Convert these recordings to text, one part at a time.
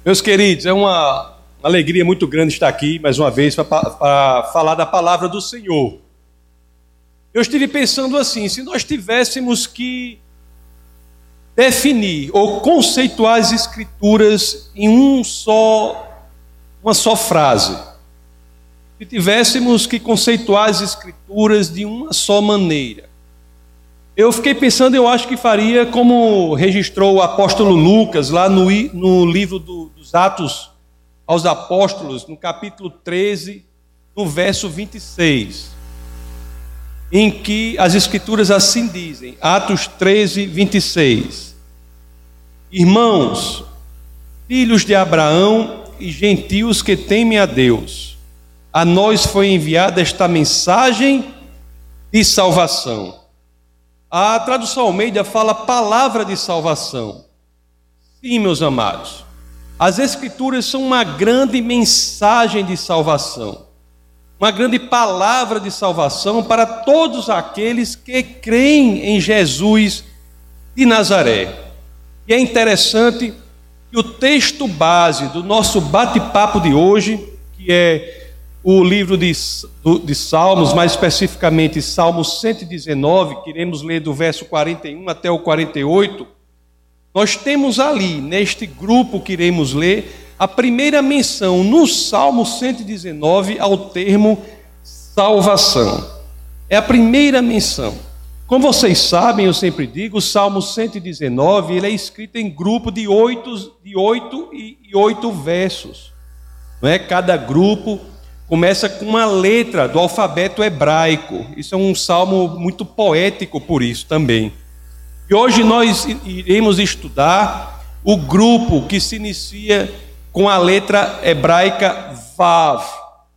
Meus queridos, é uma alegria muito grande estar aqui mais uma vez para falar da palavra do Senhor. Eu estive pensando assim, se nós tivéssemos que definir ou conceituar as Escrituras em uma só frase, se tivéssemos que conceituar as Escrituras de uma só maneira, eu fiquei pensando, eu acho que faria como registrou o apóstolo Lucas lá no livro dos Atos aos Apóstolos, no capítulo 13, no verso 26, em que as Escrituras assim dizem, Atos 13, 26. Irmãos, filhos de Abraão e gentios que temem a Deus, a nós foi enviada esta mensagem de salvação. A tradução Almeida fala palavra de salvação. Sim, meus amados, as Escrituras são uma grande mensagem de salvação, uma grande palavra de salvação para todos aqueles que creem em Jesus de Nazaré. E é interessante que o texto base do nosso bate-papo de hoje, que é o livro de Salmos, mais especificamente Salmo 119, que iremos ler do verso 41 até o 48, nós temos ali, neste grupo que iremos ler, a primeira menção no Salmo 119 ao termo salvação. É a primeira menção. Como vocês sabem, eu sempre digo, o Salmo 119 ele é escrito em grupo de 8 versos. Não é? Cada grupo começa com uma letra do alfabeto hebraico. Isso é um salmo muito poético por isso também. E hoje nós iremos estudar o grupo que se inicia com a letra hebraica Vav.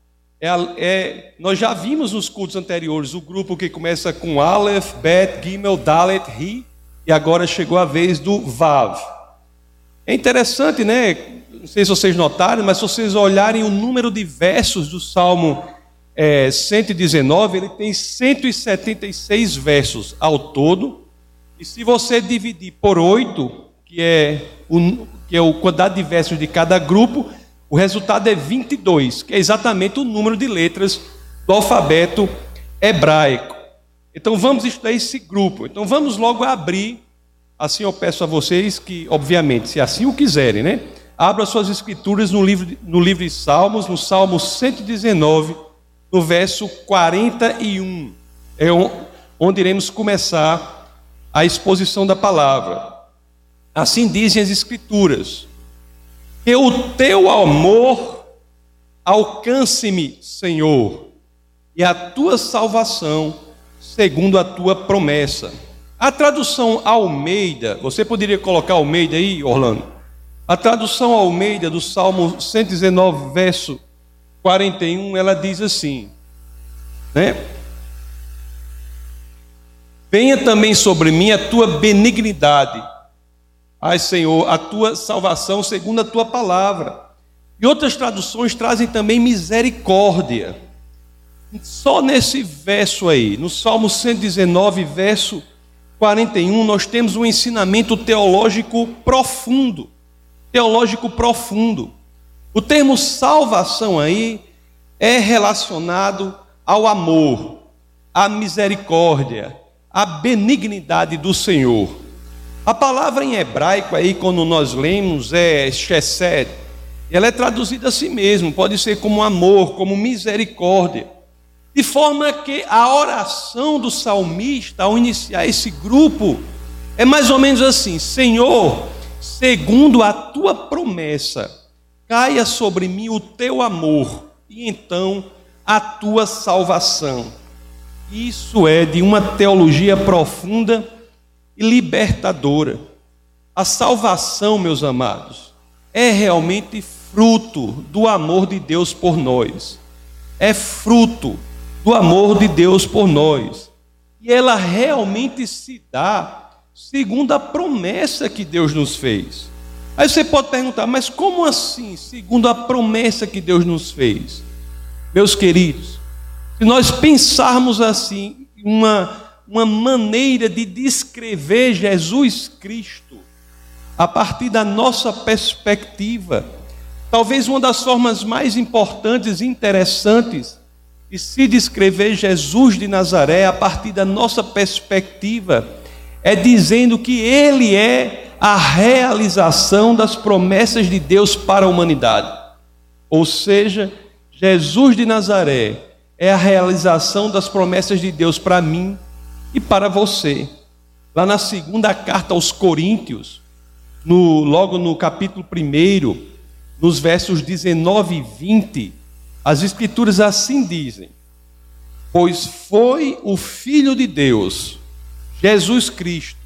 Nós já vimos nos cultos anteriores o grupo que começa com Aleph, Bet, Gimel, Dalet, Ri, e agora chegou a vez do Vav. É interessante, né? Não sei se vocês notaram, mas se vocês olharem o número de versos do Salmo 119, ele tem 176 versos ao todo. E se você dividir por 8, que é a quantidade de versos de cada grupo, o resultado é 22, que é exatamente o número de letras do alfabeto hebraico. Então vamos estudar esse grupo. Então vamos logo abrir, assim eu peço a vocês que, obviamente, se assim o quiserem, né? Abra suas escrituras no livro de Salmos, no Salmo 119, no verso 41. É onde iremos começar a exposição da palavra. Assim dizem as escrituras: que o teu amor alcance-me, Senhor, e a tua salvação segundo a tua promessa. A tradução Almeida, você poderia colocar Almeida aí, Orlando? A tradução Almeida do Salmo 119, verso 41, ela diz assim, né? Venha também sobre mim a tua benignidade, ai Senhor, a tua salvação segundo a tua palavra. E outras traduções trazem também misericórdia. Só nesse verso aí, no Salmo 119, verso 41, nós temos um ensinamento teológico profundo. O termo salvação aí é relacionado ao amor, à misericórdia, à benignidade do Senhor. A palavra em hebraico aí, quando nós lemos, é chesed. Ela é traduzida assim mesmo, pode ser como amor, como misericórdia. De forma que a oração do salmista, ao iniciar esse grupo, é mais ou menos assim: Senhor, segundo a tua promessa, caia sobre mim o teu amor, e então a tua salvação. Isso é de uma teologia profunda e libertadora. A salvação, meus amados, é realmente fruto do amor de Deus por nós. É fruto do amor de Deus por nós. E ela realmente se dá segundo a promessa que Deus nos fez. Aí você pode perguntar, mas como assim, segundo a promessa que Deus nos fez? Meus queridos, se nós pensarmos assim, uma maneira de descrever Jesus Cristo, a partir da nossa perspectiva, Talvez uma das formas mais importantes e interessantes de se descrever Jesus de Nazaré, a partir da nossa perspectiva, é dizendo que Ele é a realização das promessas de Deus para a humanidade. Ou seja, Jesus de Nazaré é a realização das promessas de Deus para mim e para você. Lá na segunda carta aos Coríntios, logo no capítulo 1, nos versos 19 e 20, as Escrituras assim dizem: pois foi o Filho de Deus, Jesus Cristo,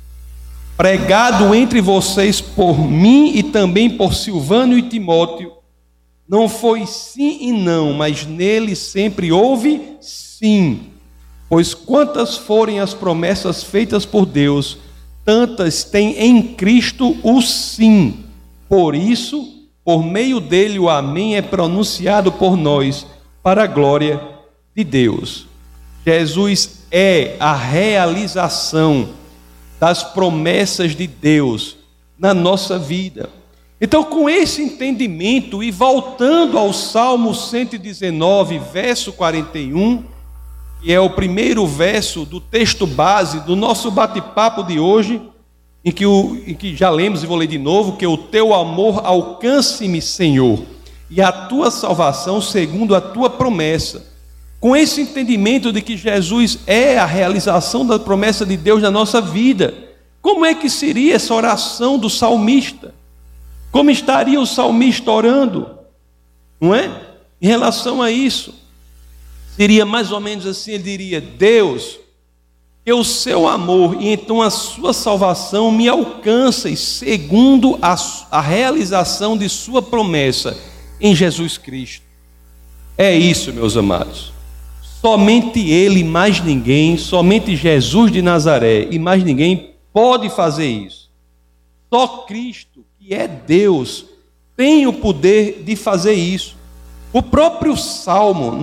pregado entre vocês por mim e também por Silvano e Timóteo, não foi sim e não, mas nele sempre houve sim. Pois quantas forem as promessas feitas por Deus, tantas tem em Cristo o sim. Por isso, por meio dele o amém é pronunciado por nós, para a glória de Deus. Jesus é a realização das promessas de Deus na nossa vida. Então, com esse entendimento, e voltando ao Salmo 119, verso 41, que é o primeiro verso do texto base do nosso bate-papo de hoje, em que já lemos e vou ler de novo, que o teu amor alcance-me, Senhor, e a tua salvação segundo a tua promessa. Com esse entendimento de que Jesus é a realização da promessa de Deus na nossa vida, como é que seria essa oração do salmista? Como estaria o salmista orando? Não é? Em relação a isso, seria mais ou menos assim, ele diria: Deus, que o seu amor e então a sua salvação me alcancem segundo a realização de sua promessa em Jesus Cristo. É isso, meus amados. Somente Ele e mais ninguém, somente Jesus de Nazaré e mais ninguém pode fazer isso. Só Cristo, que é Deus, tem o poder de fazer isso. O próprio Salmo,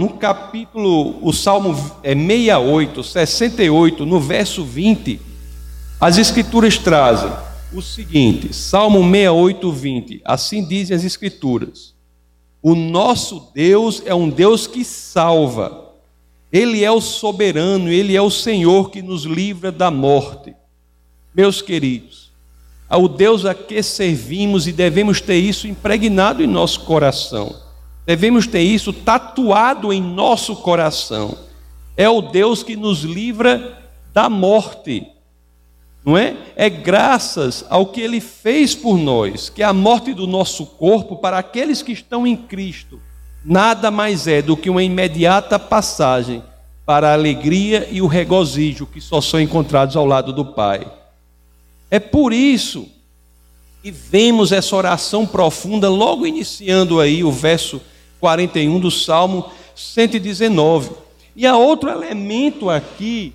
o Salmo 68, 68, no verso 20, as Escrituras trazem o seguinte, Salmo 68, 20, assim dizem as Escrituras: o nosso Deus é um Deus que salva, Ele é o soberano, Ele é o Senhor que nos livra da morte. Meus queridos, ao Deus a que servimos, e devemos ter isso impregnado em nosso coração, devemos ter isso tatuado em nosso coração, é o Deus que nos livra da morte, não é? É graças ao que Ele fez por nós, que a morte do nosso corpo, para aqueles que estão em Cristo, nada mais é do que uma imediata passagem para a alegria e o regozijo que só são encontrados ao lado do Pai. É por isso que vemos essa oração profunda logo iniciando aí o verso 41 do Salmo 119. E há outro elemento aqui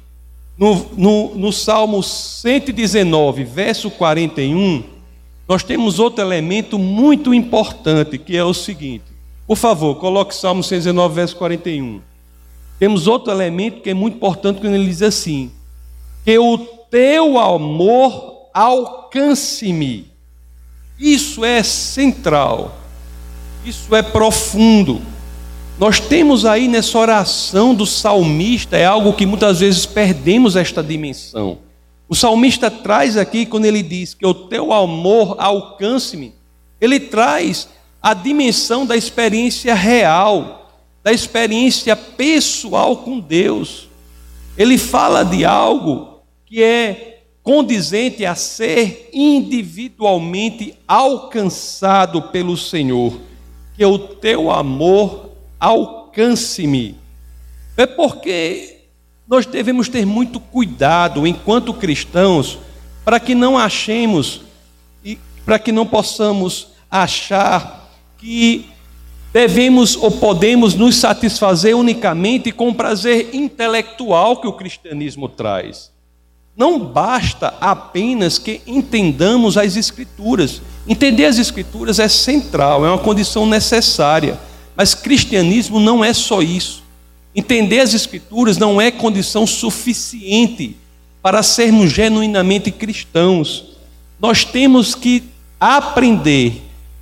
no Salmo 119, verso 41, nós temos outro elemento muito importante, que é o seguinte. Por favor, coloque Salmo 119, verso 41. Temos outro elemento que é muito importante, quando ele diz assim: que o teu amor alcance-me. Isso é central, isso é profundo. Nós temos aí nessa oração do salmista, é algo que muitas vezes perdemos esta dimensão. O salmista traz aqui, quando ele diz que o teu amor alcance-me, ele traz a dimensão da experiência real, da experiência pessoal com Deus. Ele fala de algo que é condizente a ser individualmente alcançado pelo Senhor, que o teu amor alcance-me. É porque nós devemos ter muito cuidado, enquanto cristãos, para que não achemos e para que não possamos achar que devemos ou podemos nos satisfazer unicamente com o prazer intelectual que o cristianismo traz. Não basta apenas que entendamos as Escrituras. Entender as Escrituras é central, é uma condição necessária. Mas cristianismo não é só isso. Entender as Escrituras não é condição suficiente para sermos genuinamente cristãos. Nós temos que aprender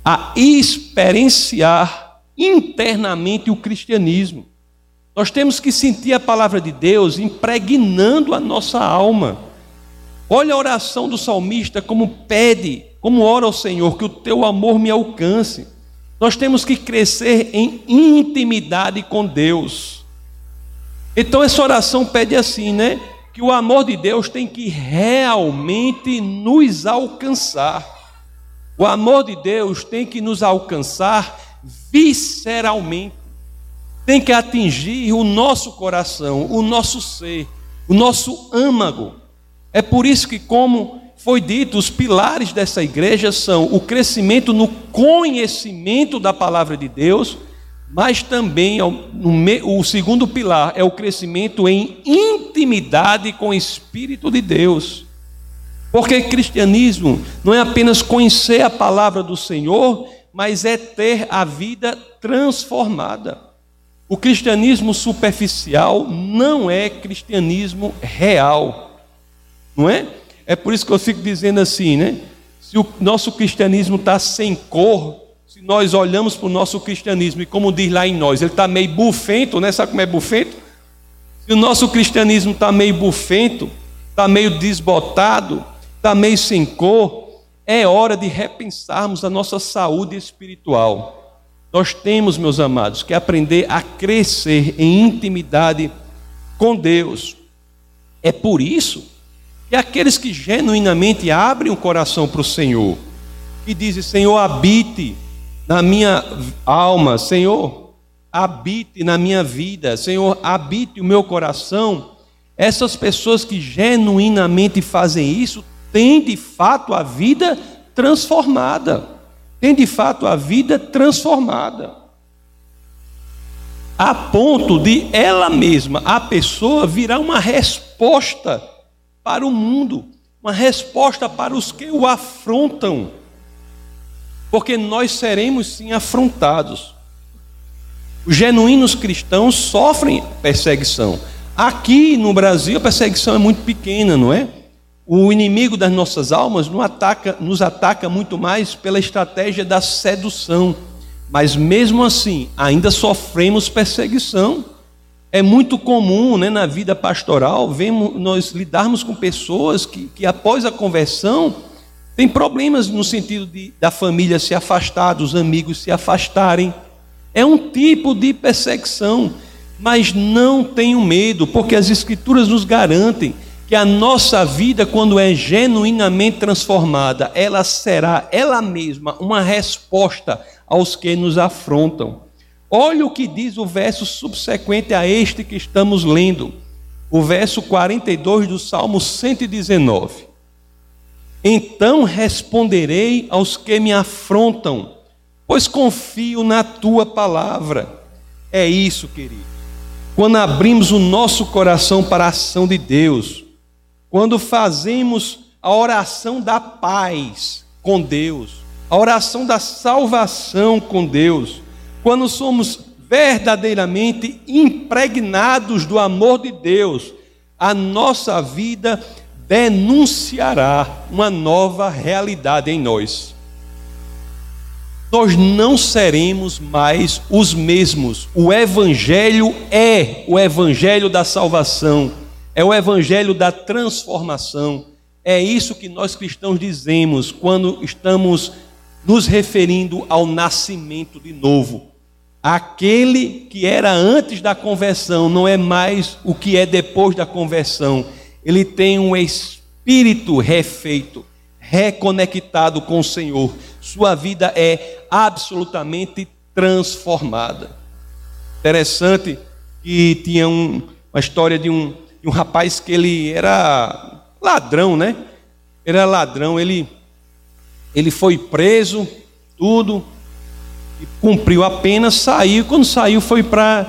a experienciar internamente o cristianismo. Nós temos que sentir a palavra de Deus impregnando a nossa alma. Olha a oração do salmista, como pede, como ora ao Senhor, que o teu amor me alcance. Nós temos que crescer em intimidade com Deus. Então essa oração pede assim, né? Que o amor de Deus tem que realmente nos alcançar. O amor de Deus tem que nos alcançar visceralmente. Tem que atingir o nosso coração, o nosso ser, o nosso âmago. É por isso que, como foi dito, os pilares dessa igreja são o crescimento no conhecimento da palavra de Deus, mas também o segundo pilar é o crescimento em intimidade com o Espírito de Deus. Porque cristianismo não é apenas conhecer a palavra do Senhor, mas é ter a vida transformada. O cristianismo superficial não é cristianismo real, não é? É por isso que eu fico dizendo assim, né? Se o nosso cristianismo está sem cor, se nós olhamos para o nosso cristianismo e como diz lá em nós, ele está meio bufento, né? Sabe como é bufento? Se o nosso cristianismo está meio bufento, está meio desbotado, está meio sem cor, é hora de repensarmos a nossa saúde espiritual. Nós temos, meus amados, que aprender a crescer em intimidade com Deus. É por isso que aqueles que genuinamente abrem o coração para o Senhor, e dizem, Senhor, habite na minha alma, Senhor, habite na minha vida, Senhor, habite o meu coração, essas pessoas que genuinamente fazem isso, têm de fato a vida transformada. Tem de fato a vida transformada, a ponto de ela mesma, a pessoa, virar uma resposta para o mundo, uma resposta para os que o afrontam, porque nós seremos sim afrontados. Os genuínos cristãos sofrem perseguição. Aqui no Brasil a perseguição é muito pequena, não é? O inimigo das nossas almas nos ataca muito mais pela estratégia da sedução. Mas mesmo assim, ainda sofremos perseguição. É muito comum, né, na vida pastoral, nós lidarmos com pessoas que após a conversão, têm problemas no sentido da família se afastar, dos amigos se afastarem. É um tipo de perseguição. Mas não tenham medo, porque as Escrituras nos garantem que a nossa vida, quando é genuinamente transformada, ela será ela mesma uma resposta aos que nos afrontam. Olha o que diz o verso subsequente a este que estamos lendo, o verso 42 do Salmo 119. Então responderei aos que me afrontam, pois confio na tua palavra. É isso, querido. Quando abrimos o nosso coração para a ação de Deus, quando fazemos a oração da paz com Deus, a oração da salvação com Deus, quando somos verdadeiramente impregnados do amor de Deus, a nossa vida denunciará uma nova realidade em nós. Nós não seremos mais os mesmos. O Evangelho é o Evangelho da salvação. É o evangelho da transformação. É isso que nós cristãos dizemos quando estamos nos referindo ao nascimento de novo. Aquele que era antes da conversão não é mais o que é depois da conversão. Ele tem um espírito refeito, reconectado com o Senhor. Sua vida é absolutamente transformada. Interessante que tinha uma história de um rapaz que ele era ladrão, né? Era ladrão, ele foi preso, tudo, e cumpriu a pena, saiu. Quando saiu, foi para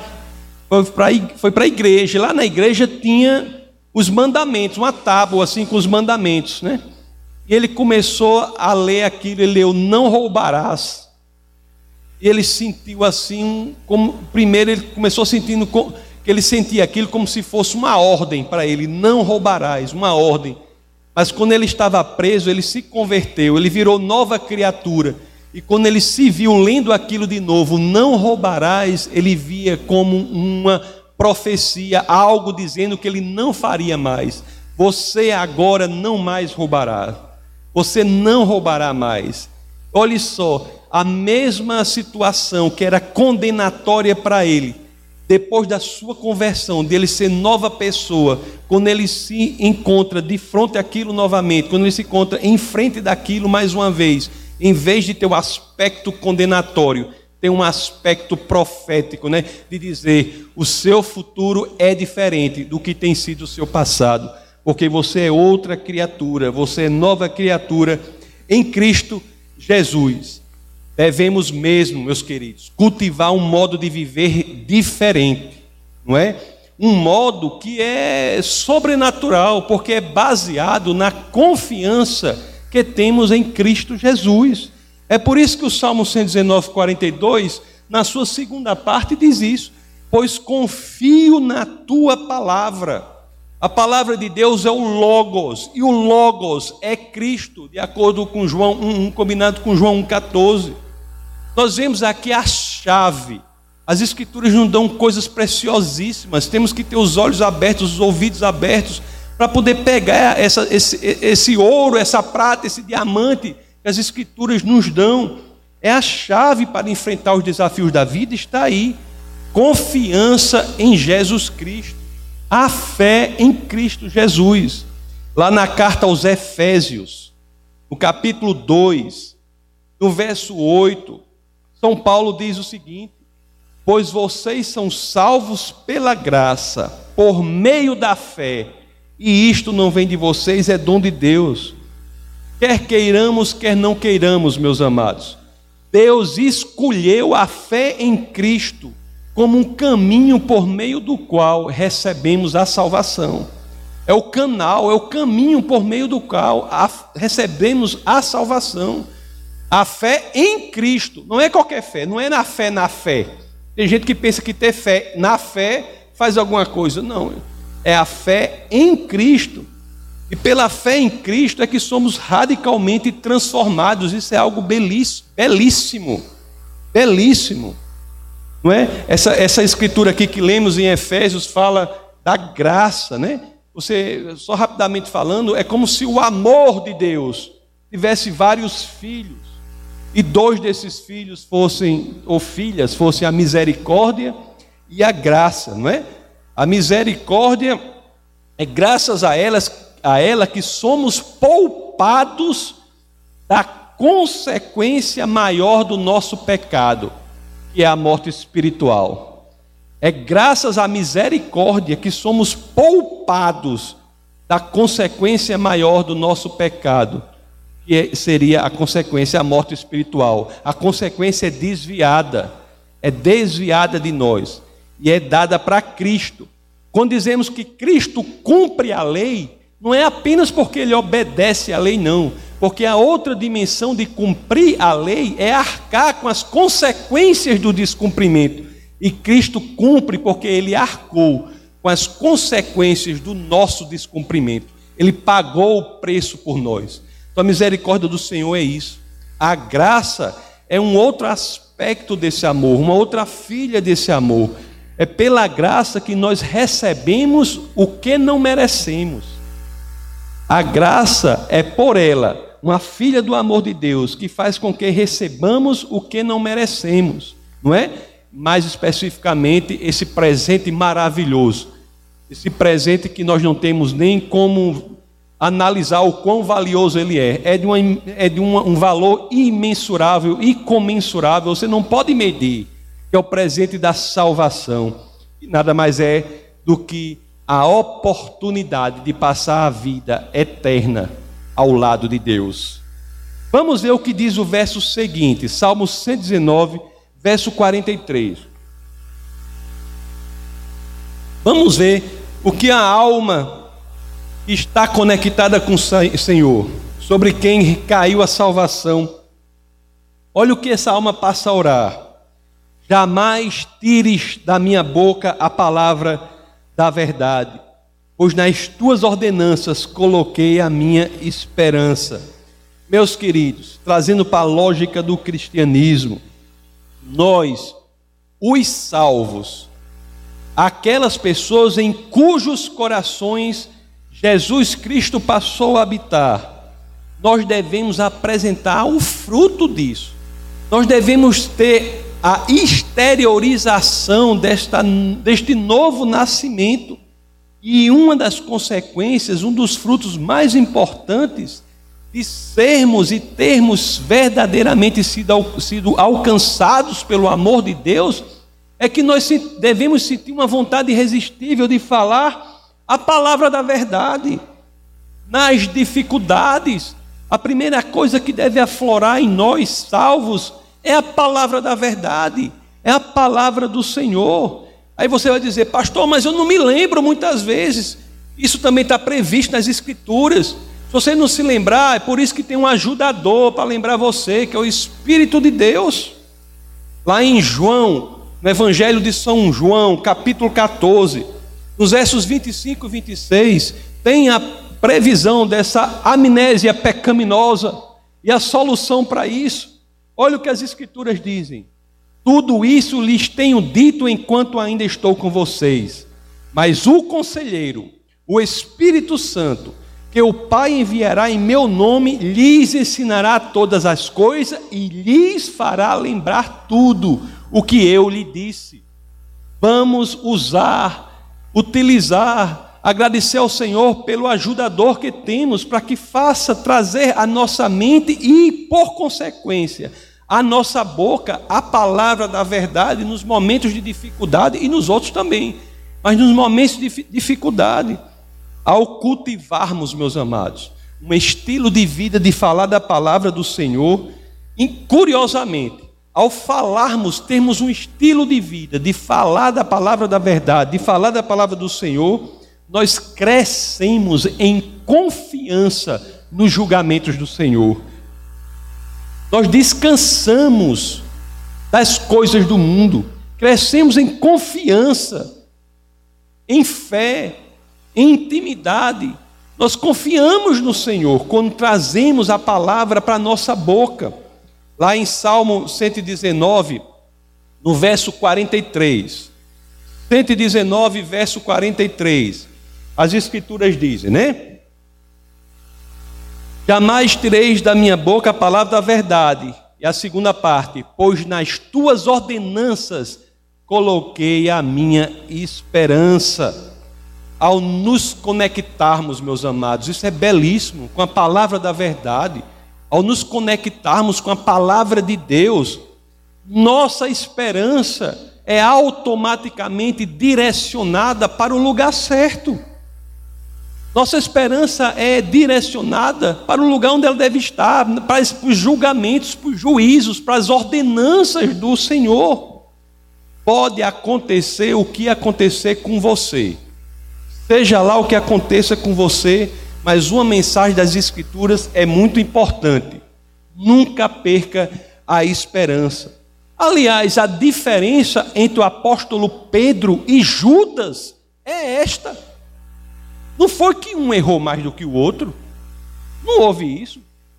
a igreja. Lá na igreja tinha os mandamentos, uma tábua assim com os mandamentos, né? E ele começou a ler aquilo, ele leu, não roubarás. E ele sentiu assim, primeiro ele começou sentindo que ele sentia aquilo como se fosse uma ordem para ele, não roubarás, uma ordem. Mas quando ele estava preso, ele se converteu, ele virou nova criatura. E quando ele se viu lendo aquilo de novo, não roubarás, ele via como uma profecia, algo dizendo que ele não faria mais. Você agora não mais roubará. Você não roubará mais. Olhe só, a mesma situação que era condenatória para ele, depois da sua conversão, dele ser nova pessoa, quando ele se encontra de frente àquilo novamente, quando ele se encontra em frente daquilo mais uma vez, em vez de ter um aspecto condenatório, tem um aspecto profético, né? De dizer, o seu futuro é diferente do que tem sido o seu passado, porque você é outra criatura, você é nova criatura em Cristo Jesus. Devemos mesmo, meus queridos, cultivar um modo de viver diferente, não é? Um modo que é sobrenatural, porque é baseado na confiança que temos em Cristo Jesus. É por isso que o Salmo 119, 42, na sua segunda parte diz isso: pois confio na tua palavra. A palavra de Deus é o Logos, e o Logos é Cristo, de acordo com João 1:1, combinado com João 1:14. Nós vemos aqui a chave. As Escrituras nos dão coisas preciosíssimas, temos que ter os olhos abertos, os ouvidos abertos, para poder pegar esse ouro, essa prata, esse diamante que as Escrituras nos dão. É a chave para enfrentar os desafios da vida, está aí. Confiança em Jesus Cristo, a fé em Cristo Jesus. Lá na carta aos Efésios, no capítulo 2, no verso 8, São Paulo diz o seguinte: pois vocês são salvos pela graça, por meio da fé, e isto não vem de vocês, é dom de Deus. Quer queiramos, quer não queiramos, meus amados, Deus escolheu a fé em Cristo como um caminho por meio do qual recebemos a salvação. É o canal, é o caminho por meio do qual recebemos a salvação. A fé em Cristo, não é qualquer fé, não é na fé. Tem gente que pensa que ter fé na fé faz alguma coisa. Não, é a fé em Cristo. E pela fé em Cristo é que somos radicalmente transformados. Isso é algo belíssimo, belíssimo. Não é? Essa escritura aqui que lemos em Efésios fala da graça, né? Você, só rapidamente falando, é como se o amor de Deus tivesse vários filhos, e dois desses filhos fossem, ou filhas, fossem a misericórdia e a graça, não é? A misericórdia é graças a ela que somos poupados da consequência maior do nosso pecado, que é a morte espiritual. É graças à misericórdia que somos poupados da consequência maior do nosso pecado, que seria a consequência, a morte espiritual. A consequência é desviada de nós e é dada para Cristo. Quando dizemos que Cristo cumpre a lei, não é apenas porque ele obedece à lei, não, porque a outra dimensão de cumprir a lei é arcar com as consequências do descumprimento, e Cristo cumpre porque ele arcou com as consequências do nosso descumprimento. Ele pagou o preço por nós. Então a misericórdia do Senhor é isso. A graça é um outro aspecto desse amor, uma outra filha desse amor. É pela graça que nós recebemos o que não merecemos. A graça é por ela, uma filha do amor de Deus, que faz com que recebamos o que não merecemos, não é? Mais especificamente, esse presente maravilhoso, esse presente que nós não temos nem como analisar o quão valioso ele é de um valor imensurável, incomensurável, você não pode medir, que é o presente da salvação, e nada mais é do que a oportunidade de passar a vida eterna ao lado de Deus. Vamos ver o que diz o verso seguinte, Salmo 119, verso 43. Vamos ver o que a alma está conectada com o Senhor, sobre quem caiu a salvação. Olha o que essa alma passa a orar: jamais tires da minha boca a palavra da verdade, pois nas tuas ordenanças coloquei a minha esperança. Meus queridos, trazendo para a lógica do cristianismo, nós, os salvos, aquelas pessoas em cujos corações Jesus Cristo passou a habitar, nós devemos apresentar o fruto disso. Nós devemos ter a exteriorização deste novo nascimento. E uma das consequências, um dos frutos mais importantes de sermos e termos verdadeiramente sido alcançados pelo amor de Deus, é que nós devemos sentir uma vontade irresistível de falar a palavra da verdade. Nas dificuldades, a primeira coisa que deve aflorar em nós salvos é a palavra da verdade, é a palavra do Senhor. Aí você vai dizer: pastor, mas eu não me lembro muitas vezes. Isso também está previsto nas Escrituras. Se você não se lembrar, é por isso que tem um ajudador para lembrar você, que é o Espírito de Deus. Lá em João, no Evangelho de São João, capítulo 14, nos versos 25 e 26, tem a previsão dessa amnésia pecaminosa e a solução para isso. Olha o que as Escrituras dizem: tudo isso lhes tenho dito enquanto ainda estou com vocês, mas o Conselheiro, o Espírito Santo, que o Pai enviará em meu nome, lhes ensinará todas as coisas e lhes fará lembrar tudo o que eu lhe disse. Vamos utilizar, agradecer ao Senhor pelo ajudador que temos, para que faça trazer à nossa mente e, por consequência, à nossa boca a palavra da verdade nos momentos de dificuldade e nos outros também, mas nos momentos de dificuldade. Ao cultivarmos, meus amados, um estilo de vida de falar da palavra do Senhor, e curiosamente, ao falarmos, termos um estilo de vida de falar da palavra da verdade, de falar da palavra do Senhor, nós crescemos em confiança nos julgamentos do Senhor. Nós descansamos das coisas do mundo, crescemos em confiança, em fé, em intimidade. Nós confiamos no Senhor quando trazemos a palavra para a nossa boca. Lá em Salmo 119, no verso 43. 119, verso 43. As Escrituras dizem, né? Jamais tireis da minha boca a palavra da verdade. E a segunda parte: pois nas tuas ordenanças coloquei a minha esperança. Ao nos conectarmos, meus amados, isso é belíssimo, com a palavra da verdade, ao nos conectarmos com a palavra de Deus, nossa esperança é automaticamente direcionada para o lugar certo. Nossa esperança é direcionada para o lugar onde ela deve estar, para os julgamentos, para os juízos, para as ordenanças do Senhor. Pode acontecer o que acontecer com você, seja lá o que aconteça com você, mas uma mensagem das Escrituras é muito importante: nunca perca a esperança. Aliás, a diferença entre o apóstolo Pedro e Judas é esta: não foi que um errou mais do que o outro, não houve isso.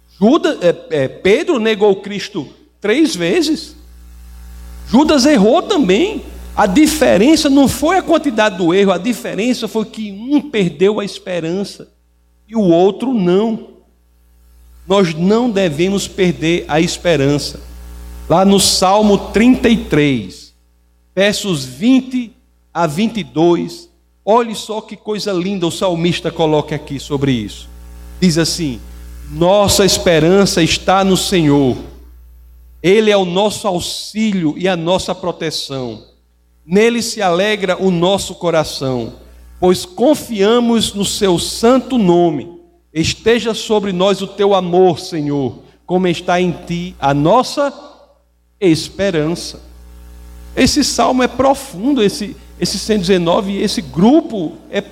Pedro negou Cristo 3 vezes, Judas errou também. A diferença não foi a quantidade do erro, a diferença foi que um perdeu a esperança e o outro não. Nós não devemos perder a esperança. Lá no Salmo 33, versos 20 a 22, olhe só que coisa linda o salmista coloca aqui sobre isso. Diz assim: nossa esperança está no Senhor, Ele é o nosso auxílio e a nossa proteção. Nele se alegra o nosso coração, pois confiamos no seu santo nome. Esteja sobre nós o teu amor, Senhor, como está em ti a nossa esperança. Esse salmo é profundo, esse 119, esse grupo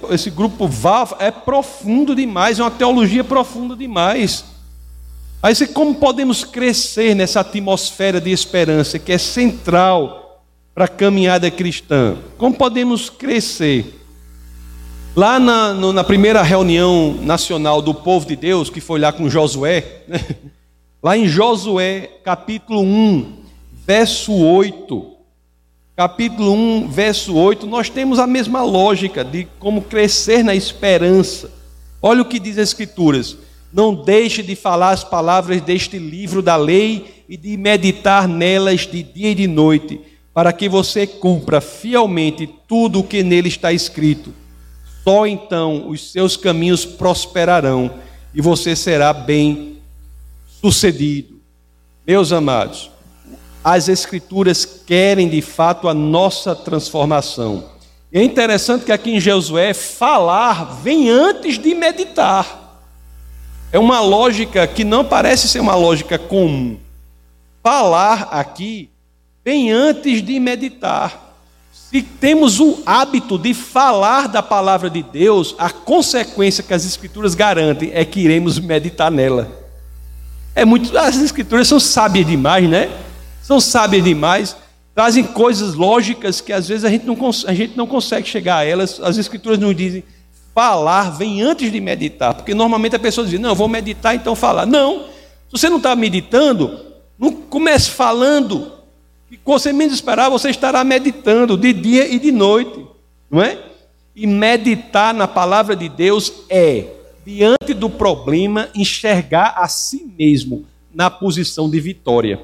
VAV é profundo demais, é uma teologia profunda demais. Aí como podemos crescer nessa atmosfera de esperança que é central para a caminhada cristã? Como podemos crescer? Lá na primeira reunião nacional do povo de Deus, que foi lá com Josué, né? Lá em Josué, capítulo 1, verso 8. Capítulo 1, verso 8, nós temos a mesma lógica de como crescer na esperança. Olha o que diz as Escrituras: não deixe de falar as palavras deste livro da lei e de meditar nelas de dia e de noite, para que você cumpra fielmente tudo o que nele está escrito. Só então os seus caminhos prosperarão e você será bem sucedido. Meus amados, as Escrituras querem de fato a nossa transformação. E é interessante que aqui em Josué, falar vem antes de meditar. É uma lógica que não parece ser uma lógica comum. Falar aqui vem antes de meditar. Se temos o hábito de falar da palavra de Deus, a consequência que as Escrituras garantem é que iremos meditar nela. As Escrituras são sábias demais, né? São sábias demais, trazem coisas lógicas que às vezes a gente não consegue chegar a elas. As Escrituras nos dizem, falar vem antes de meditar, porque normalmente a pessoa diz, não, eu vou meditar, então falar. Não, se você não está meditando, não comece falando, que quando você menos esperar, você estará meditando de dia e de noite, não é? E meditar na palavra de Deus é, diante do problema, enxergar a si mesmo na posição de vitória.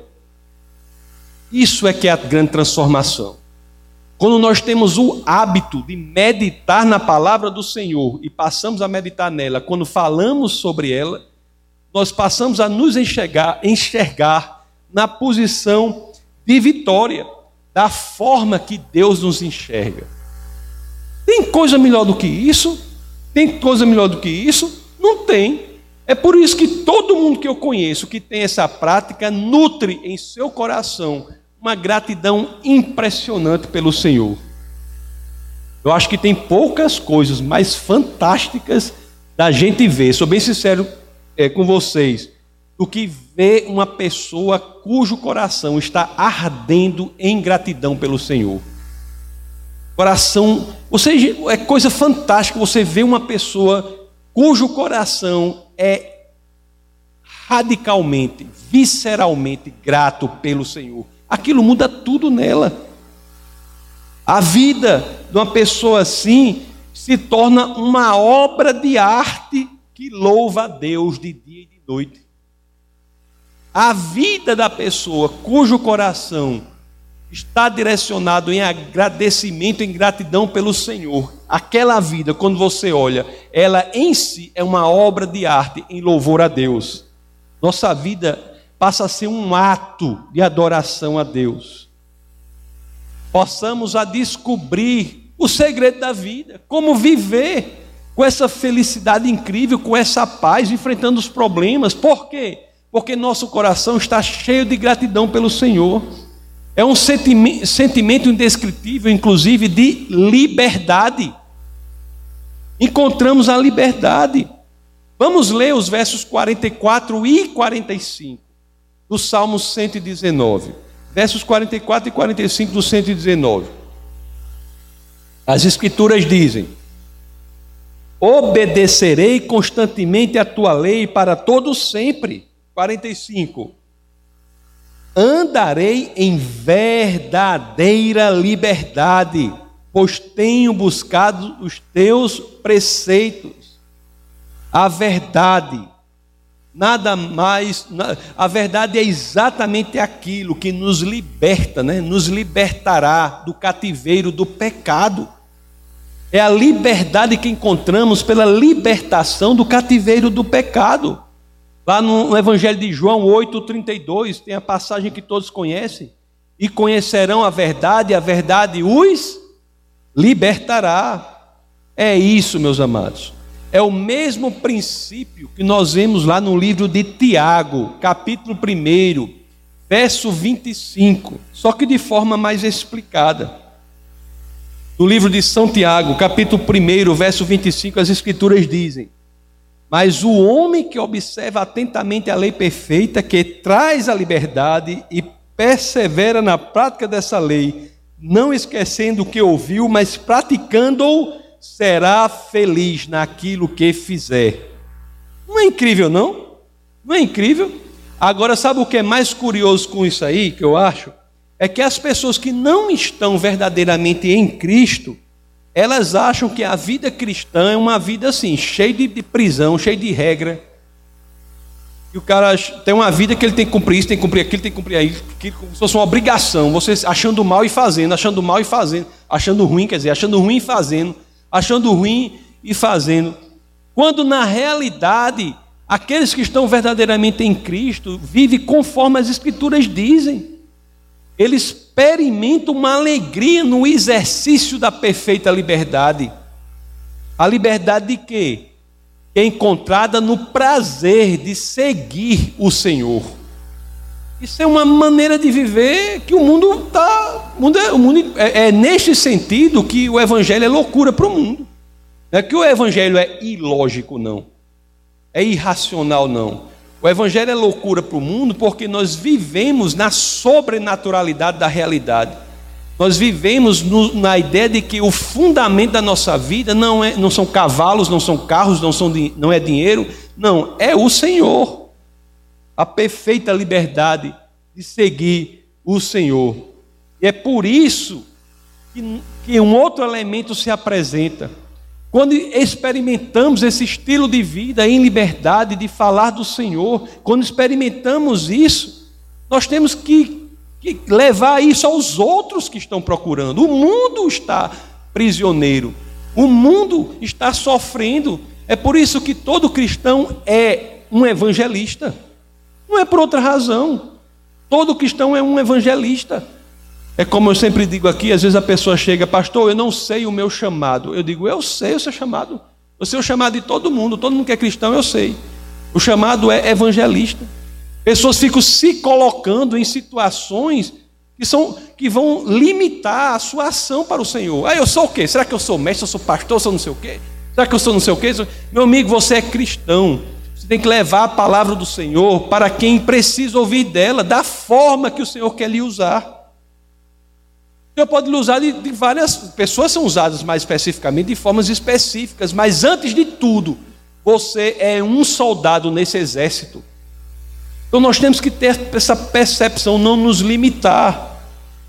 Isso é que é a grande transformação. Quando nós temos o hábito de meditar na palavra do Senhor e passamos a meditar nela, quando falamos sobre ela, nós passamos a nos enxergar na posição de vitória, da forma que Deus nos enxerga. Tem coisa melhor do que isso? Tem coisa melhor do que isso? Não tem. É por isso que todo mundo que eu conheço que tem essa prática nutre em seu coração uma gratidão impressionante pelo Senhor. Eu acho que tem poucas coisas mais fantásticas da gente ver, sou bem sincero com vocês, do que ver uma pessoa cujo coração está ardendo em gratidão pelo Senhor. Coração, é coisa fantástica você ver uma pessoa cujo coração é radicalmente, visceralmente grato pelo Senhor. Aquilo muda tudo nela. A vida de uma pessoa assim se torna uma obra de arte que louva a Deus de dia e de noite. A vida da pessoa cujo coração está direcionado em agradecimento, em gratidão pelo Senhor, aquela vida, quando você olha, ela em si é uma obra de arte em louvor a Deus. Nossa vida passa a ser um ato de adoração a Deus. Possamos a descobrir o segredo da vida, como viver com essa felicidade incrível, com essa paz, enfrentando os problemas. Por quê? Porque nosso coração está cheio de gratidão pelo Senhor. É um sentimento indescritível, inclusive, de liberdade. Encontramos a liberdade. Vamos ler os versos 44 e 45 do Salmo 119. Versos 44 e 45 do 119. As Escrituras dizem: obedecerei constantemente a tua lei para todo sempre. 45. Andarei em verdadeira liberdade, pois tenho buscado os teus preceitos. A verdade, nada mais, a verdade é exatamente aquilo que nos liberta, né? Nos libertará do cativeiro do pecado. É a liberdade que encontramos pela libertação do cativeiro do pecado. Lá no Evangelho de João 8,32, tem a passagem que todos conhecem. E conhecerão a verdade os libertará. É isso, meus amados. É o mesmo princípio que nós vemos lá no livro de Tiago, capítulo 1, verso 25, só que de forma mais explicada. No livro de São Tiago, capítulo 1, verso 25, as Escrituras dizem: mas o homem que observa atentamente a lei perfeita, que traz a liberdade e persevera na prática dessa lei, não esquecendo o que ouviu, mas praticando-o, será feliz naquilo que fizer. Não é incrível, não? Não é incrível? Agora, sabe o que é mais curioso com isso aí, que eu acho? É que as pessoas que não estão verdadeiramente em Cristo, elas acham que a vida cristã é uma vida assim, cheia de prisão, cheia de regra. E o cara tem uma vida que ele tem que cumprir isso, tem que cumprir aquilo, tem que cumprir aquilo, como se fosse uma obrigação. Você achando mal e fazendo, achando mal e fazendo, achando ruim, quer dizer, achando ruim e fazendo, achando ruim e fazendo. Quando na realidade, aqueles que estão verdadeiramente em Cristo vivem conforme as Escrituras dizem. Eles experimentam uma alegria no exercício da perfeita liberdade. A liberdade de quê? Que é encontrada no prazer de seguir o Senhor. Isso é uma maneira de viver que o mundo está... É neste sentido que o Evangelho é loucura para o mundo. Não é que o Evangelho é ilógico, não. É irracional, não. O Evangelho é loucura para o mundo porque nós vivemos na sobrenaturalidade da realidade. Nós vivemos na ideia de que o fundamento da nossa vida não são cavalos, não são carros, não é dinheiro, não, é o Senhor. A perfeita liberdade de seguir o Senhor. E é por isso que um outro elemento se apresenta. Quando experimentamos esse estilo de vida em liberdade, de falar do Senhor, quando experimentamos isso, nós temos que levar isso aos outros que estão procurando. O mundo está prisioneiro, o mundo está sofrendo. É por isso que todo cristão é um evangelista. Não é por outra razão. Todo cristão é um evangelista. É como eu sempre digo aqui, às vezes a pessoa chega, pastor, eu não sei o meu chamado. Eu digo, eu sei o seu chamado. Eu sei o chamado de todo mundo que é cristão, eu sei. O chamado é evangelista. Pessoas ficam se colocando em situações que vão limitar a sua ação para o Senhor. Ah, eu sou o quê? Será que eu sou mestre, eu sou pastor, eu sou não sei o quê? Será que eu sou não sei o quê? Meu amigo, você é cristão. Você tem que levar a palavra do Senhor para quem precisa ouvir dela, da forma que o Senhor quer lhe usar. O Senhor pode lhe usar de várias pessoas, são usadas mais especificamente de formas específicas, mas antes de tudo, você é um soldado nesse exército. Então nós temos que ter essa percepção, não nos limitar.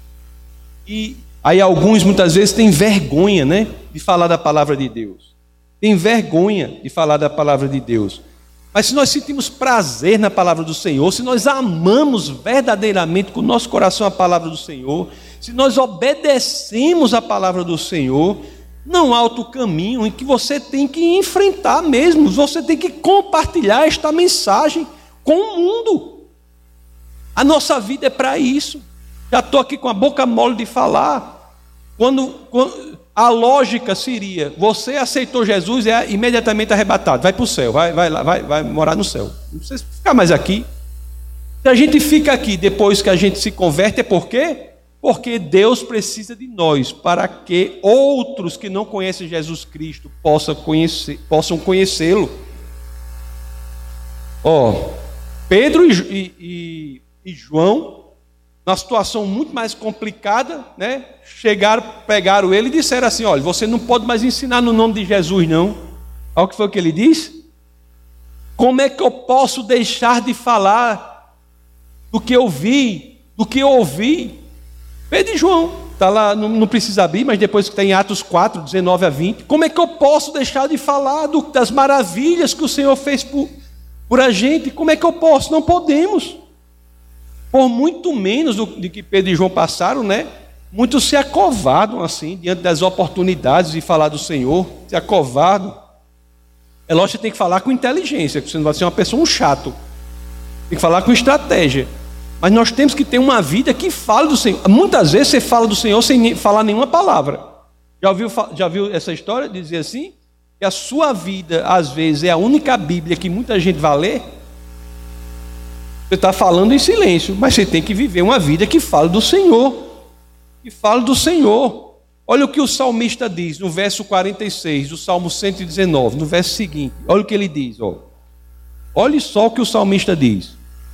E aí alguns muitas vezes têm vergonha, né, de falar da palavra de Deus. Tem vergonha de falar da palavra de Deus. Mas se nós sentimos prazer na palavra do Senhor, se nós amamos verdadeiramente com o nosso coração a palavra do Senhor, se nós obedecemos a palavra do Senhor, não há outro caminho em que você tem que enfrentar mesmo. Você tem que compartilhar esta mensagem com o mundo. A nossa vida é para isso. Já estou aqui com a boca mole de falar. Quando a lógica seria, você aceitou Jesus e é imediatamente arrebatado, vai para o céu, vai morar no céu. Não precisa ficar mais aqui. Se a gente fica aqui depois que a gente se converte, é por quê? Porque Deus precisa de nós para que outros que não conhecem Jesus Cristo possam conhecê-lo. Pedro e João, numa situação muito mais complicada, né? Pegaram ele e disseram assim, olha, você não pode mais ensinar no nome de Jesus, não. Olha o que foi que ele disse. Como é que eu posso deixar de falar do que eu vi, do que eu ouvi? Pedro e João, está lá, não precisa abrir, mas depois que está em Atos 4, 19 a 20. Como é que eu posso deixar de falar das maravilhas que o Senhor fez por a gente? Como é que eu posso? Não podemos. Por muito menos do que Pedro e João passaram, né? Muitos se acovardam assim, diante das oportunidades de falar do Senhor, se acovardam. É lógico que você tem que falar com inteligência, porque você não vai ser uma pessoa chato. Tem que falar com estratégia. Mas nós temos que ter uma vida que fale do Senhor. Muitas vezes você fala do Senhor sem falar nenhuma palavra. Já viu essa história de dizer assim? Que a sua vida, às vezes, é a única Bíblia que muita gente vai ler. Você está falando em silêncio, mas você tem que viver uma vida que fale do Senhor. Que fale do Senhor. Olha o que o salmista diz no verso 46 do Salmo 119, no verso seguinte. Olha o que ele diz. Olha só o que o salmista diz.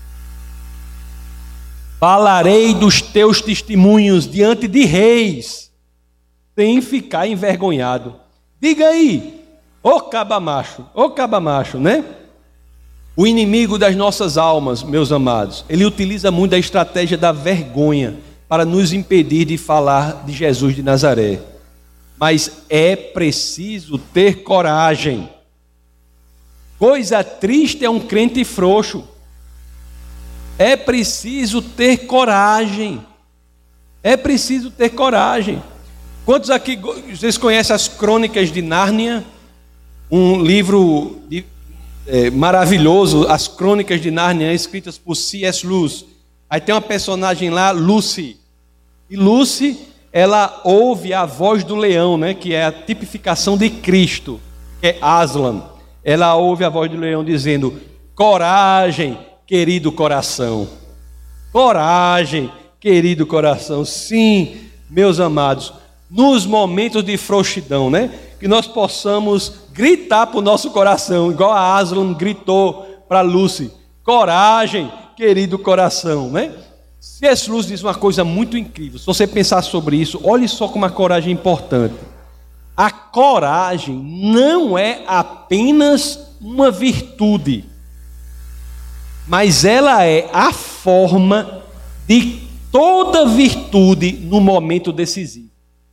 Falarei dos teus testemunhos diante de reis, sem ficar envergonhado. Diga aí, ô caba macho, né? O inimigo das nossas almas, meus amados, ele utiliza muito a estratégia da vergonha para nos impedir de falar de Jesus de Nazaré. Mas é preciso ter coragem. Coisa triste é um crente frouxo. É preciso ter coragem. É preciso ter coragem. Quantos aqui, vocês conhecem as Crônicas de Nárnia? Um livro maravilhoso, as Crônicas de Nárnia, escritas por C.S. Lewis. Aí tem uma personagem lá, Lucy. E Lucy, ela ouve a voz do leão, né, que é a tipificação de Cristo, que é Aslan. Ela ouve a voz do leão dizendo: coragem, querido coração. Coragem, querido coração. Sim, meus amados, nos momentos de frouxidão, né, que nós possamos gritar para o nosso coração, igual a Aslan gritou para Lucy: coragem, querido coração, né? C.S. Lewis diz uma coisa muito incrível. Se você pensar sobre isso, olhe só como a coragem é importante. A coragem não é apenas uma virtude, mas ela é a forma de toda virtude no momento decisivo.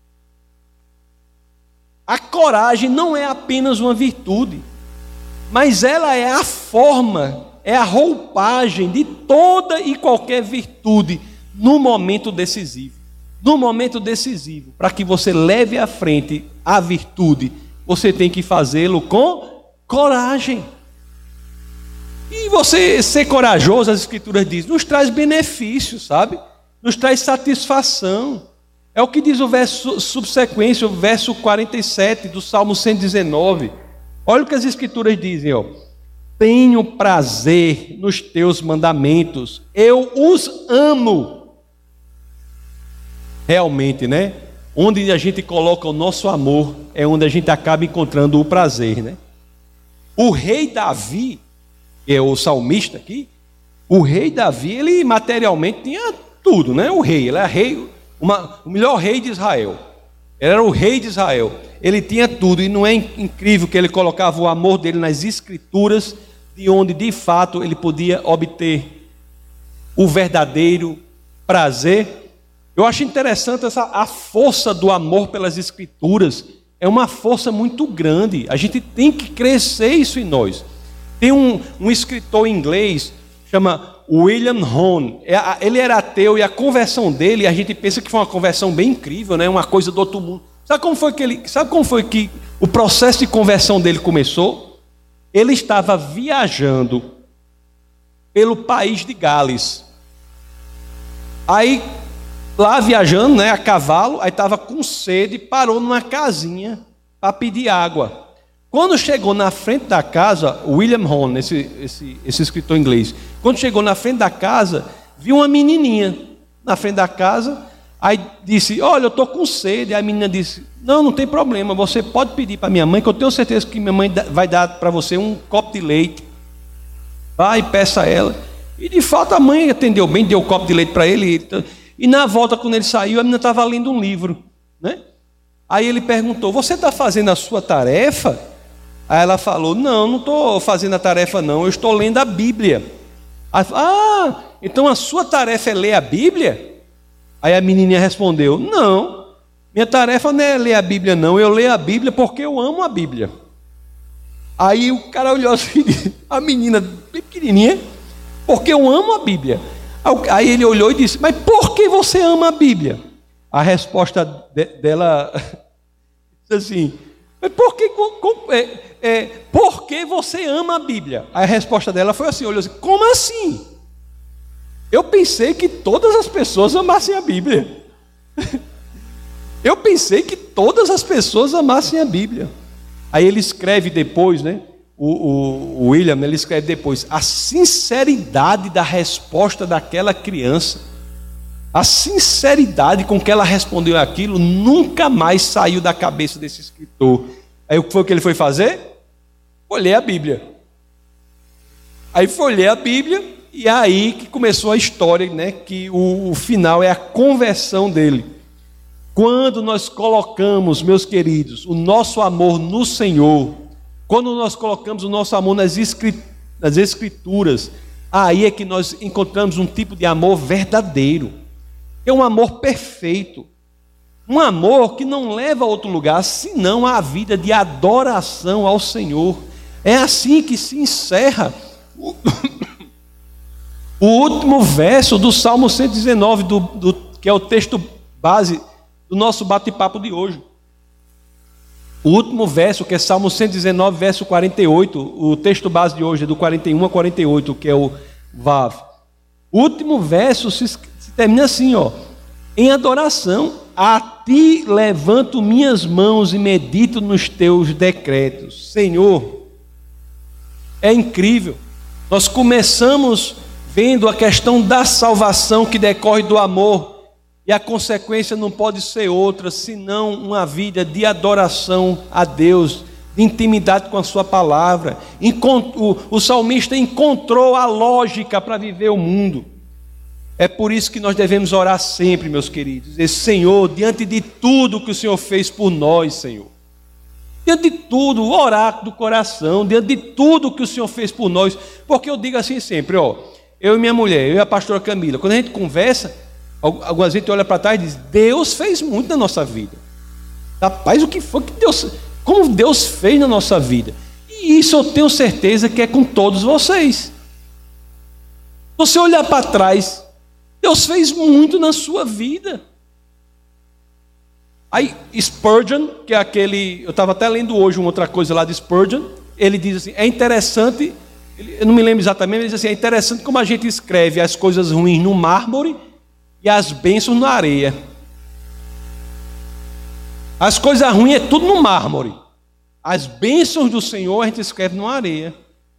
A coragem não é apenas uma virtude, mas ela é a forma, é a roupagem de toda e qualquer virtude no momento decisivo. No momento decisivo, para que você leve à frente a virtude, você tem que fazê-lo com coragem. E você ser corajoso, as Escrituras dizem, nos traz benefícios, sabe? Nos traz satisfação. É o que diz o verso subsequente, o verso 47 do Salmo 119. Olha o que as Escrituras dizem, ó. Tenho prazer nos teus mandamentos, eu os amo. Realmente, né? Onde a gente coloca o nosso amor, é onde a gente acaba encontrando o prazer, né? O rei Davi, que é o salmista aqui, o rei Davi, ele materialmente tinha tudo, né? O rei, ele era rei, o melhor rei de Israel. Ele era o rei de Israel. Ele tinha tudo, e não é incrível que ele colocava o amor dele nas Escrituras, de onde de fato ele podia obter o verdadeiro prazer. Eu acho interessante a força do amor pelas Escrituras. É uma força muito grande. A gente tem que crescer isso em nós. Tem um escritor inglês, chama William Hone. Ele era ateu, e a conversão dele, a gente pensa que foi uma conversão bem incrível, né? Uma coisa do outro mundo. Sabe como foi que o processo de conversão dele começou? Ele estava viajando pelo país de Gales. Aí, lá viajando, né, a cavalo, aí estava com sede, parou numa casinha para pedir água. Quando chegou na frente da casa, William Hone, esse escritor inglês, quando chegou na frente da casa, viu uma menininha na frente da casa, aí disse: olha, eu estou com sede. Aí a menina disse: não tem problema, você pode pedir para minha mãe, que eu tenho certeza que minha mãe vai dar para você um copo de leite. Vai e peça a ela. E de fato a mãe atendeu bem, deu um copo de leite para ele. E na volta, quando ele saiu, a menina estava lendo um livro, né? Aí ele perguntou: você está fazendo a sua tarefa? Aí ela falou: não estou fazendo a tarefa não, eu estou lendo a Bíblia. Aí, então a sua tarefa é ler a Bíblia? Aí a menininha respondeu: não, minha tarefa não é ler a Bíblia não, eu leio a Bíblia porque eu amo a Bíblia. Aí o cara olhou assim, a menina bem pequenininha: porque eu amo a Bíblia. Aí ele olhou e disse: mas por que você ama a Bíblia? A resposta dela disse assim: mas por que você ama a Bíblia? A resposta dela foi assim, olhou assim: como assim? Eu pensei que todas as pessoas amassem a Bíblia. Eu pensei que todas as pessoas amassem a Bíblia. Aí ele escreve depois, né? O William, ele escreve depois: a sinceridade da resposta daquela criança, a sinceridade com que ela respondeu aquilo, nunca mais saiu da cabeça desse escritor. Aí o que foi que ele foi fazer? Foi ler a Bíblia. Aí foi ler a Bíblia, e aí que começou a história, né? Que o final é a conversão dele. Quando nós colocamos, meus queridos, o nosso amor no Senhor, quando nós colocamos o nosso amor nas Escrituras, aí é que nós encontramos um tipo de amor verdadeiro. É um amor perfeito. Um amor que não leva a outro lugar, senão a vida de adoração ao Senhor. É assim que se encerra o último verso do Salmo 119, que é o texto base do nosso bate-papo de hoje. O último verso, que é Salmo 119, verso 48, o texto base de hoje é do 41 a 48, que é o Vav. O último verso se termina assim, ó: em adoração a ti levanto minhas mãos e medito nos teus decretos. Senhor, é incrível. Nós começamos vendo a questão da salvação que decorre do amor, e a consequência não pode ser outra, senão uma vida de adoração a Deus, de intimidade com a sua palavra. O salmista encontrou a lógica para viver o mundo. É por isso que nós devemos orar sempre, meus queridos, dizer: Senhor, diante de tudo que o Senhor fez por nós, Senhor, diante de tudo, orar do coração, diante de tudo que o Senhor fez por nós, porque eu digo assim sempre, ó, eu e minha mulher, eu e a pastora Camila, quando a gente conversa, algumas vezes olha para trás e diz: Deus fez muito na nossa vida. Rapaz, o que foi que como Deus fez na nossa vida? E isso eu tenho certeza que é com todos vocês. Se você olhar para trás, Deus fez muito na sua vida. Aí Spurgeon, que é aquele, eu estava até lendo hoje uma outra coisa lá de Spurgeon, ele diz assim, é interessante, eu não me lembro exatamente, ele diz assim, é interessante como a gente escreve as coisas ruins no mármore e as bênçãos na areia. As coisas ruins é tudo no mármore, as bênçãos do Senhor a gente escreve na areia.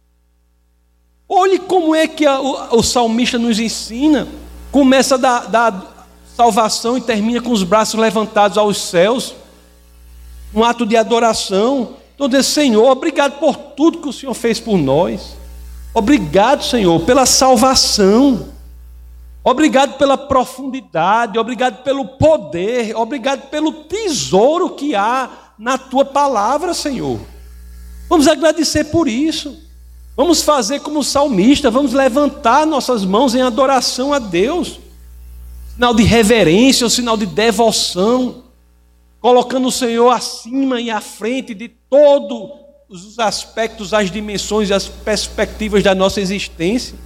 Olhe como é que o salmista nos ensina. Começa da salvação e termina com os braços levantados aos céus, um ato de adoração. Então diz: Senhor, obrigado por tudo que o Senhor fez por nós. Obrigado, Senhor, pela salvação. Obrigado pela profundidade. Obrigado pelo poder. Obrigado pelo tesouro que há na Tua palavra, Senhor. Vamos agradecer por isso. Vamos fazer como o salmista, vamos levantar nossas mãos em adoração a Deus. Sinal de reverência, um sinal de devoção, colocando o Senhor acima e à frente de todos os aspectos, as dimensões e as perspectivas da nossa existência.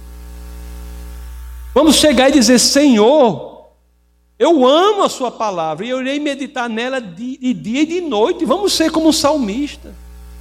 Vamos chegar e dizer: Senhor, eu amo a Sua palavra e eu irei meditar nela de dia e de noite. Vamos ser como o salmista.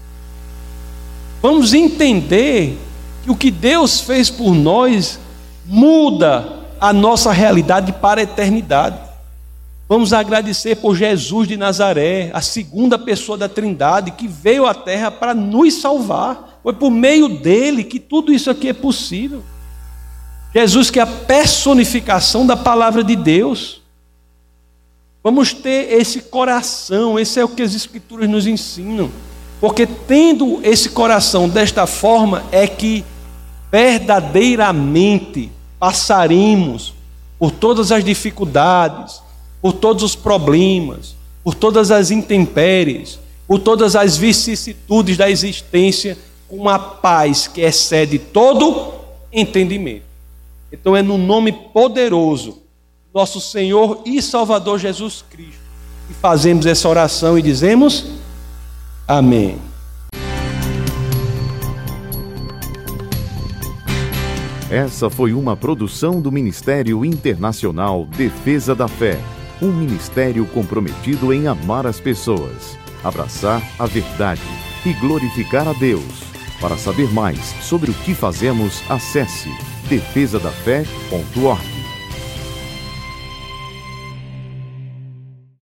Vamos entender que o que Deus fez por nós muda a nossa realidade para a eternidade. Vamos agradecer por Jesus de Nazaré, a segunda pessoa da Trindade, que veio à terra para nos salvar. Foi por meio dele que tudo isso aqui é possível. Jesus, que é a personificação da palavra de Deus. Vamos ter esse coração, esse é o que as Escrituras nos ensinam. Porque tendo esse coração desta forma é que verdadeiramente passaremos por todas as dificuldades, por todos os problemas, por todas as intempéries, por todas as vicissitudes da existência, com uma paz que excede todo entendimento. Então é no nome poderoso do nosso Senhor e Salvador Jesus Cristo que fazemos essa oração e dizemos: amém. Essa foi uma produção do Ministério Internacional Defesa da Fé, um ministério comprometido em amar as pessoas, abraçar a verdade e glorificar a Deus. Para saber mais sobre o que fazemos, acesse defesadafé.org.